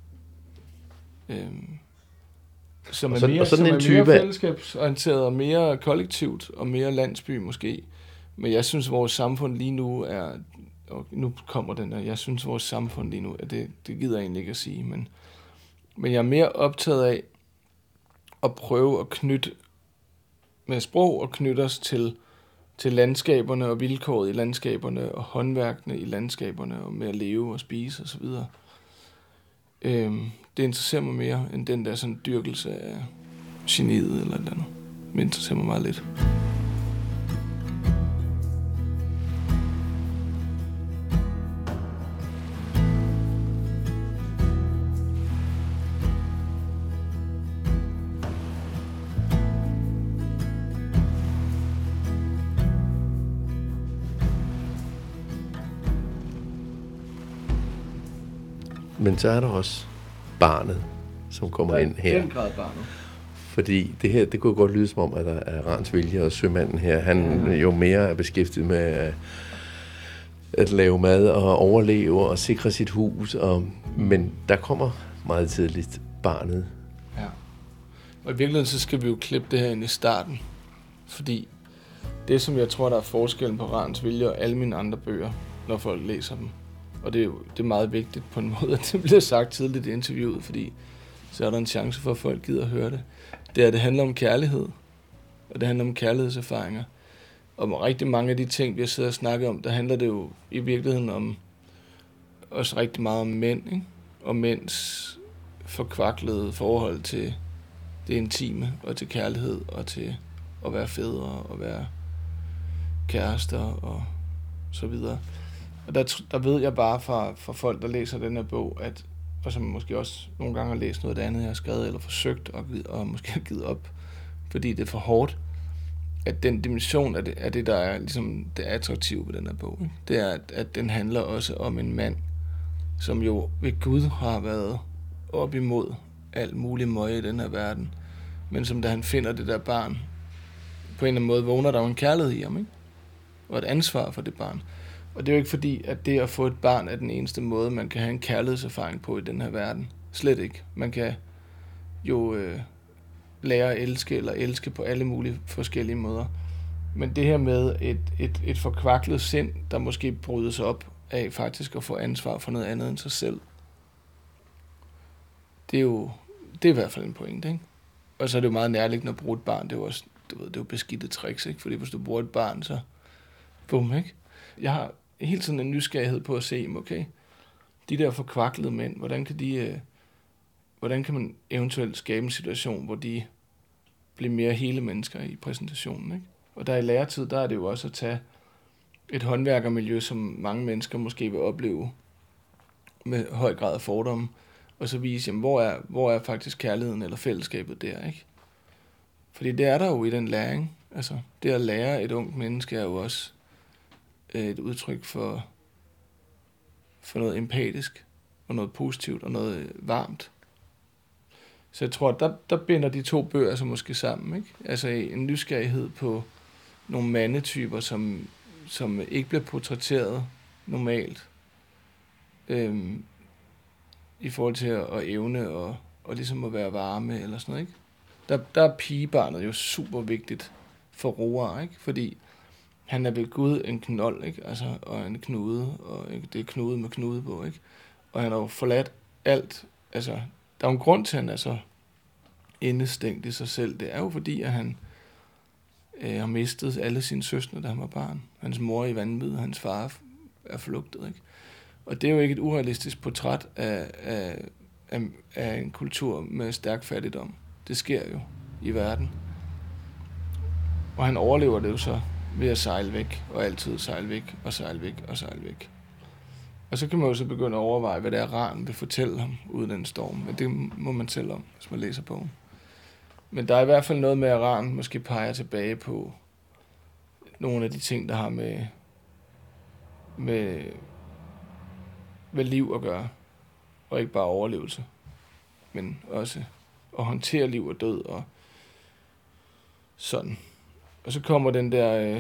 Som er mere fællesskabsorienteret, og mere kollektivt, og mere landsby måske. Men jeg synes, vores samfund lige nu er, og nu kommer den der, jeg synes, vores samfund lige nu, det gider jeg egentlig ikke at sige, men jeg er mere optaget af at prøve at knytte med sprog og knytte os til landskaberne og vilkåret i landskaberne og håndværkene i landskaberne og med at leve og spise og så videre. Det interesserer mig mere end den der sådan dyrkelse af geniet eller et andet. Det interesserer mig meget lidt. Men så er der også barnet, som kommer ind her. Den grad barnet. Fordi det her, det kunne godt lyde som om, at der er Rans Vilje og sømanden her. Han jo mere er beskæftiget med at lave mad og overleve og sikre sit hus. Men der kommer meget tidligt barnet. Ja. Og i virkeligheden så skal vi jo klippe det her ind i starten. Fordi det, som jeg tror, der er forskellen på Rans Vilje og alle mine andre bøger, når folk læser dem, og det er meget vigtigt på en måde, at det bliver sagt tidligt i interviewet, fordi så er der en chance for, at folk gider at høre det. Det handler om kærlighed, og det handler om kærlighedserfaringer. Og med rigtig mange af de ting, vi har siddet og snakket om, der handler det jo i virkeligheden om også rigtig meget om mænd, ikke? Og mænds forkvaklede forhold til det intime, og til kærlighed, og til at være fædre, og være kærester, og så videre. Og der ved jeg bare fra folk, der læser den her bog, og som måske også nogle gange har læst noget andet, jeg har skrevet, eller forsøgt, og måske har givet op, fordi det er for hårdt, at den dimension af det, der er ligesom det attraktive ved den her bog, ikke? Det er, at den handler også om en mand, som jo ved Gud har været op imod alt muligt møje i den her verden, men som da han finder det der barn, på en eller anden måde vågner der jo en kærlighed i ham, ikke? Og et ansvar for det barn. Og det er jo ikke fordi, at det at få et barn er den eneste måde, man kan have en kærlighedserfaring på i den her verden. Slet ikke. Man kan jo lære at elske, eller elske på alle mulige forskellige måder. Men det her med et forkvaklet sind, der måske brydes op af faktisk at få ansvar for noget andet end sig selv, det er i hvert fald en pointe, ikke? Og så er det jo meget nærliggende at bruge et barn. Det er jo også, det er jo beskidte tricks, ikke? Fordi hvis du bruger et barn, så bum, ikke? Jeg har helt sådan en nysgerrighed på at se, okay, de der forkvaklede mænd, hvordan kan man eventuelt skabe en situation, hvor de bliver mere hele mennesker i præsentationen, ikke? Og der i læretid, der er det jo også at tage et håndværkermiljø, som mange mennesker måske vil opleve med høj grad af fordomme, og så vise, jamen, hvor er faktisk kærligheden eller fællesskabet der, ikke? Fordi det er der jo i den læring. Altså, det at lære et ungt menneske er jo også et udtryk for noget empatisk, og noget positivt, og noget varmt. Så jeg tror, at der binder de to bøger så måske sammen, ikke? Altså en nysgerrighed på nogle mandetyper, som som ikke bliver portrætteret normalt, i forhold til at evne og ligesom at være varme eller sådan noget, ikke? Der er pigebarnet jo super vigtigt for Roar, ikke? Fordi han er ved Gud en knold, ikke? Altså, og en knude, og ikke? Det er knude med knude på, ikke? Og han har jo forladt alt. Altså, der er jo en grund til, at han er så indestængt i sig selv. Det er jo fordi, at han har mistet alle sine søstre, da han var barn. Hans mor er i vanvid, hans far er flugtet, ikke? Og det er jo ikke et urealistisk portræt af en kultur med stærk fattigdom. Det sker jo i verden. Og han overlever det jo så ved at sejle væk, og altid sejle væk, og sejle væk, og sejle væk. Og så kan man jo så begynde at overveje, hvad det er, Ran vil fortælle ham ud af den storm. Men det må man selv om, hvis man læser bogen. Men der er i hvert fald noget med, at Ran måske peger tilbage på nogle af de ting, der har med liv at gøre. Og ikke bare overlevelse, men også at håndtere liv og død og sådan. Og så kommer den der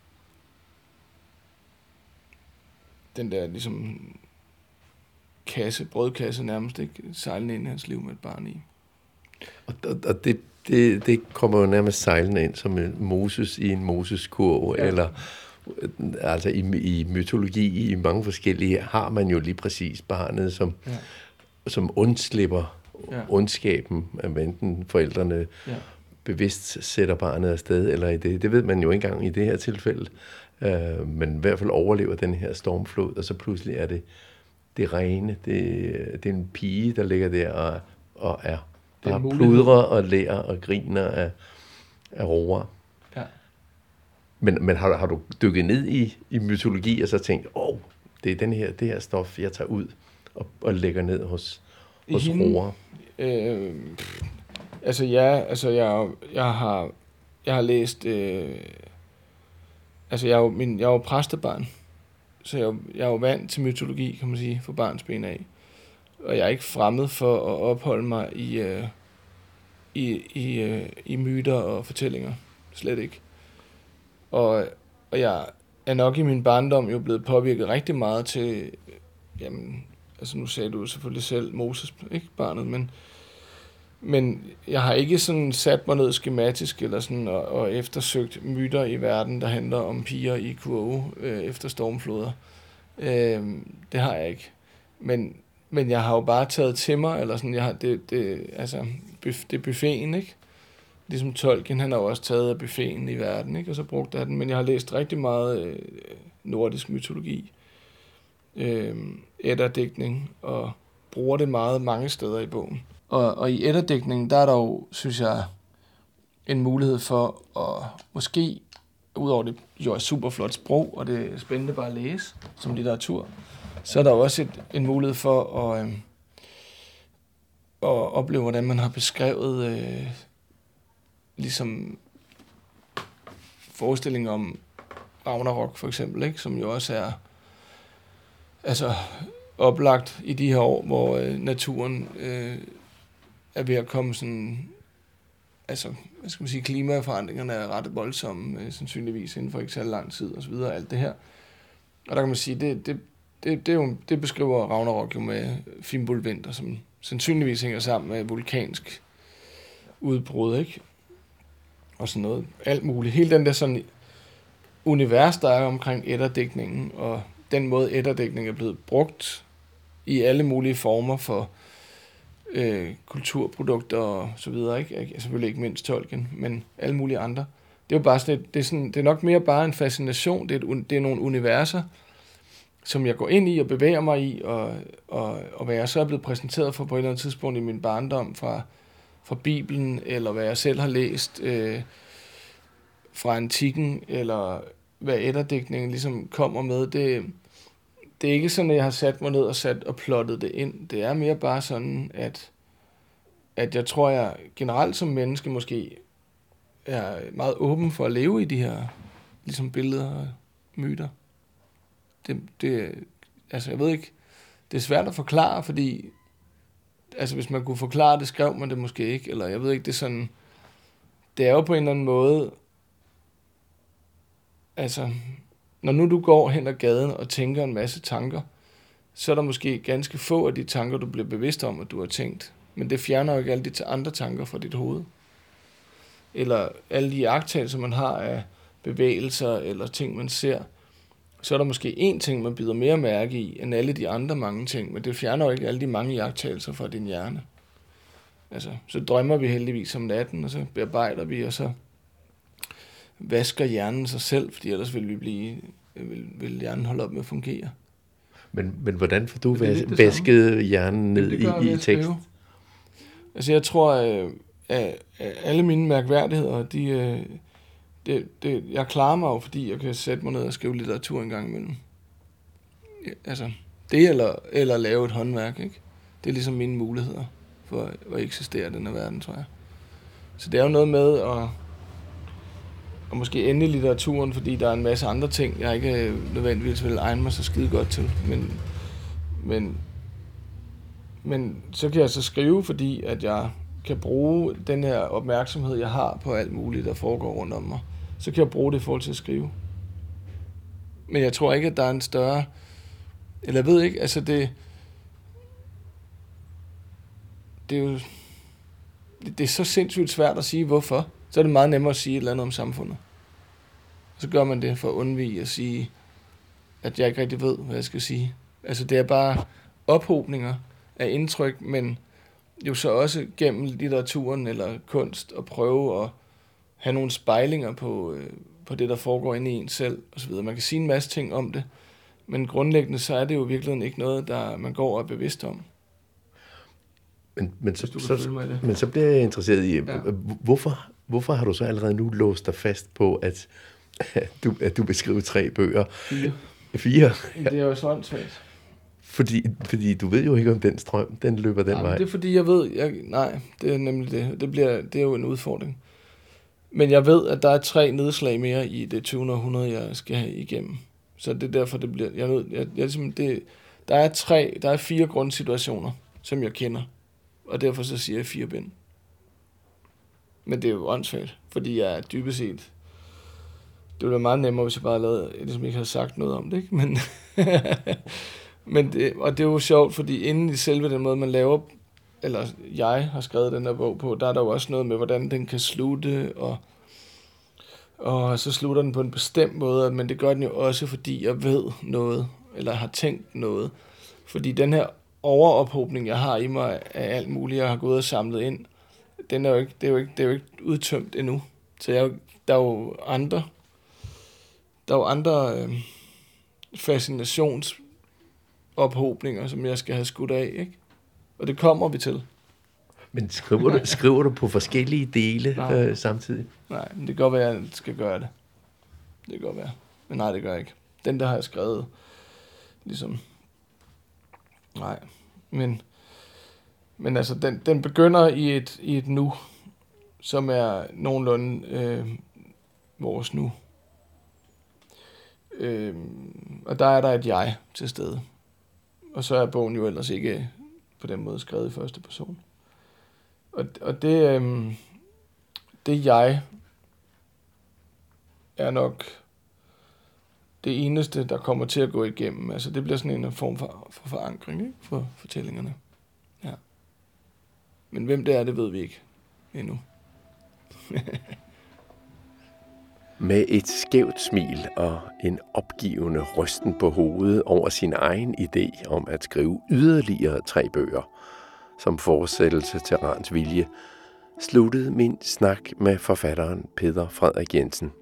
ligesom brødkasse nærmest, ikke, sejlende ind i hans liv med et barn i. Og det kommer jo nærmest sejlende ind som en Moses i en Moses-kurv, ja. Eller altså i mytologi, i mange forskellige, har man jo lige præcis barnet, som undslipper ondskaben, at enten forældrene bevidst sætter barnet afsted, eller i det ved man jo ikke engang i det her tilfælde, men i hvert fald overlever den her stormflod, og så pludselig er det rene, det er en pige, der ligger der og er bare pludrer og lærer og griner af Roar. Ja. Men har du dykket ned i mytologi og så tænkt, det er det her stof, jeg tager ud og lægger ned hos Roar? Jeg har læst, jeg er jo præstebarn, så jeg er jo vant til mytologi, kan man sige, for barnsben af. Og jeg er ikke fremmed for at opholde mig i myter og fortællinger. Slet ikke. Og jeg er nok i min barndom jo blevet påvirket rigtig meget til, nu sagde du selvfølgelig selv Moses, ikke barnet, men jeg har ikke sådan sat mig ned skematisk eller sådan og eftersøgt myter i verden, der handler om piger i kurve efter stormfloder. Det har jeg ikke. Men jeg har jo bare taget til mig, eller sådan, det er buffeten, ikke? Ligesom Tolkien, han har jo også taget af buffeten i verden, ikke? Og så brugt af den. Men jeg har læst rigtig meget nordisk mytologi, eddadigtning, og bruger det meget mange steder i bogen. Og i eddadigtningen, der er der jo, synes jeg, en mulighed for at måske, udover det jo er super flot sprog, og det er spændende bare at læse som litteratur, så er der også en mulighed for at opleve, hvordan man har beskrevet ligesom forestillinger om Ragnarok for eksempel, ikke? Som jo også er oplagt i de her år, hvor naturen er ved at komme sådan, hvad skal man sige, klimaforandringerne er ret voldsomme, sandsynligvis inden for ikke så lang tid og så videre, alt det her. Og der kan man sige, det beskriver Ragnarok jo med Fimbulvinter, som sandsynligvis hænger sammen med vulkansk udbrud, ikke? Og sådan noget. Alt muligt. Hele den der sådan univers, der er omkring eddadigtningen, og den måde eddadigtningen er blevet brugt i alle mulige former for kulturprodukter og så videre, ikke? Selvfølgelig ikke mindst Tolkien, men alle mulige andre. Det er jo bare sådan, det er nok mere bare en fascination. Det er nogle universer, som jeg går ind i og bevæger mig i, og hvad jeg så er blevet præsenteret for på et eller andet tidspunkt i min barndom fra Bibelen, eller hvad jeg selv har læst fra antikken, eller hvad eddadigtningen ligesom kommer med. Det er ikke sådan, at jeg har sat mig ned og plottet det ind. Det er mere bare sådan, at jeg tror, jeg generelt som menneske måske er meget åben for at leve i de her ligesom billeder og myter. Jeg ved ikke, det er svært at forklare, fordi hvis man kunne forklare det, skrev man det måske ikke, eller jeg ved ikke, det er sådan, det er jo på en eller anden måde, når nu du går hen ad gaden og tænker en masse tanker, så er der måske ganske få af de tanker, du bliver bevidst om, at du har tænkt. Men det fjerner jo ikke alle de andre tanker fra dit hoved. Eller alle de iagttagelser, man har af bevægelser eller ting, man ser. Så er der måske én ting, man bider mere mærke i, end alle de andre mange ting. Men det fjerner jo ikke alle de mange iagttagelser fra din hjerne. Altså, så drømmer vi heldigvis om natten, og så bearbejder vi, og så vasker hjernen sig selv, fordi ellers vil hjernen holde op med at fungere. Men hvordan får du vasket hjernen ned i teksten? Altså jeg tror, at alle mine mærkværdigheder, jeg klarer mig jo, fordi jeg kan sætte mig ned og skrive litteratur en gang imellem. Altså, det eller lave et håndværk, ikke? Det er ligesom mine muligheder for at eksistere i den her verden, tror jeg. Så det er jo noget med at måske ende i litteraturen, fordi der er en masse andre ting, jeg ikke nødvendigvis vil egne mig så skide godt til. Men så kan jeg så skrive, fordi at jeg kan bruge den her opmærksomhed, jeg har på alt muligt, der foregår rundt om mig. Så kan jeg bruge det i forhold til at skrive. Men jeg tror ikke, at der er en større... Eller jeg ved ikke, altså det er jo... Det er så sindssygt svært at sige, hvorfor. Så er det meget nemmere at sige et eller andet om samfundet. Så gør man det for at undvige at sige, at jeg ikke rigtig ved, hvad jeg skal sige. Altså det er bare ophobninger af indtryk, men jo så også gennem litteraturen eller kunst at prøve at have nogle spejlinger på det, der foregår inde i en selv osv. Man kan sige en masse ting om det, men grundlæggende så er det jo virkelig ikke noget, der man går og er bevidst om. Men så bliver jeg interesseret i, hvorfor har du så allerede nu låst dig fast på, at du beskriver 3 bøger? 4? Ja. Det er jo så åndssvagt. Fordi du ved jo ikke, om den strøm, den løber den vej. Det er fordi, jeg ved... Nej, det er nemlig det. Det er jo en udfordring. Men jeg ved, at der er 3 nedslag mere i det 20. århundrede, jeg skal have igennem. Så det er derfor, det bliver... Der er 4 grundsituationer, som jeg kender. Og derfor så siger jeg 4 bind. Men det er jo åndssvagt, fordi jeg er dybest set... Det ville være meget nemmere, hvis jeg bare ligesom ikke havde sagt noget om det, ikke? Men det er jo sjovt, fordi inden i selve den måde, man laver, eller jeg har skrevet den her bog på, der er der jo også noget med, hvordan den kan slutte, og så slutter den på en bestemt måde, men det gør den jo også, fordi jeg ved noget, eller har tænkt noget. Fordi den her overophobning, jeg har i mig af alt muligt, jeg har gået og samlet ind, det er jo ikke udtømt endnu. Så der er jo andre fascinationsophobninger, som jeg skal have skudt af, ikke? Og det kommer vi til. Men skriver du på forskellige dele samtidig? Nej, men det kan godt være, at jeg skal gøre det. Det kan godt være. Men nej, det gør jeg ikke. Den der har jeg skrevet, ligesom... Nej, men altså, den begynder i et nu, som er nogenlunde vores nu. Og der er der et jeg til stede. Og så er bogen jo ellers ikke på den måde skrevet i første person. Og det jeg er nok det eneste, der kommer til at gå igennem. Altså det bliver sådan en form for forankring, ikke? For fortællingerne. Ja. Men hvem det er, det ved vi ikke endnu. Med et skævt smil og en opgivende rysten på hovedet over sin egen idé om at skrive yderligere 3 bøger, som fortsættelse til Rans vilje, sluttede min snak med forfatteren Peder Frederik Jensen.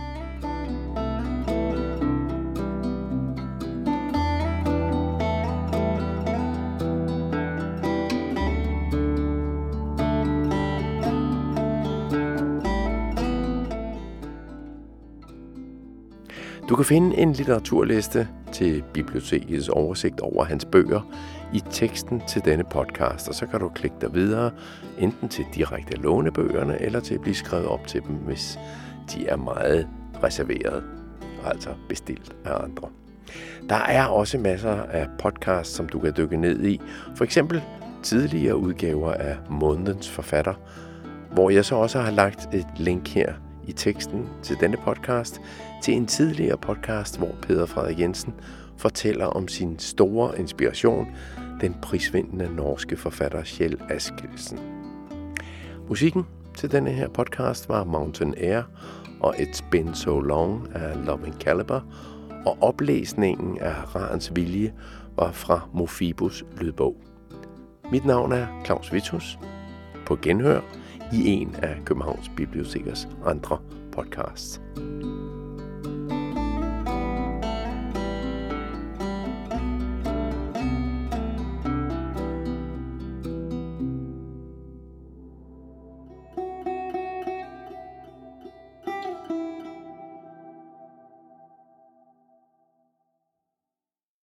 Du kan finde en litteraturliste til bibliotekets oversigt over hans bøger i teksten til denne podcast, og så kan du klikke dig videre, enten til direkte at låne bøgerne, eller til at blive skrevet op til dem, hvis de er meget reserveret, altså bestilt af andre. Der er også masser af podcasts, som du kan dykke ned i, for eksempel tidligere udgaver af Månedens Forfatter, hvor jeg så også har lagt et link her i teksten til denne podcast til en tidligere podcast, hvor Peder Frederik Jensen fortæller om sin store inspiration, den prisvindende norske forfatter Kjell Askildsen. Musikken til denne her podcast var Mountain Air og It's Been So Long af Loving Caliber, og oplæsningen af Rarens Vilje var fra Mofibus lydbog. Mit navn er Claus Vitus. På genhør i en af Københavns Bibliotekers andre podcasts.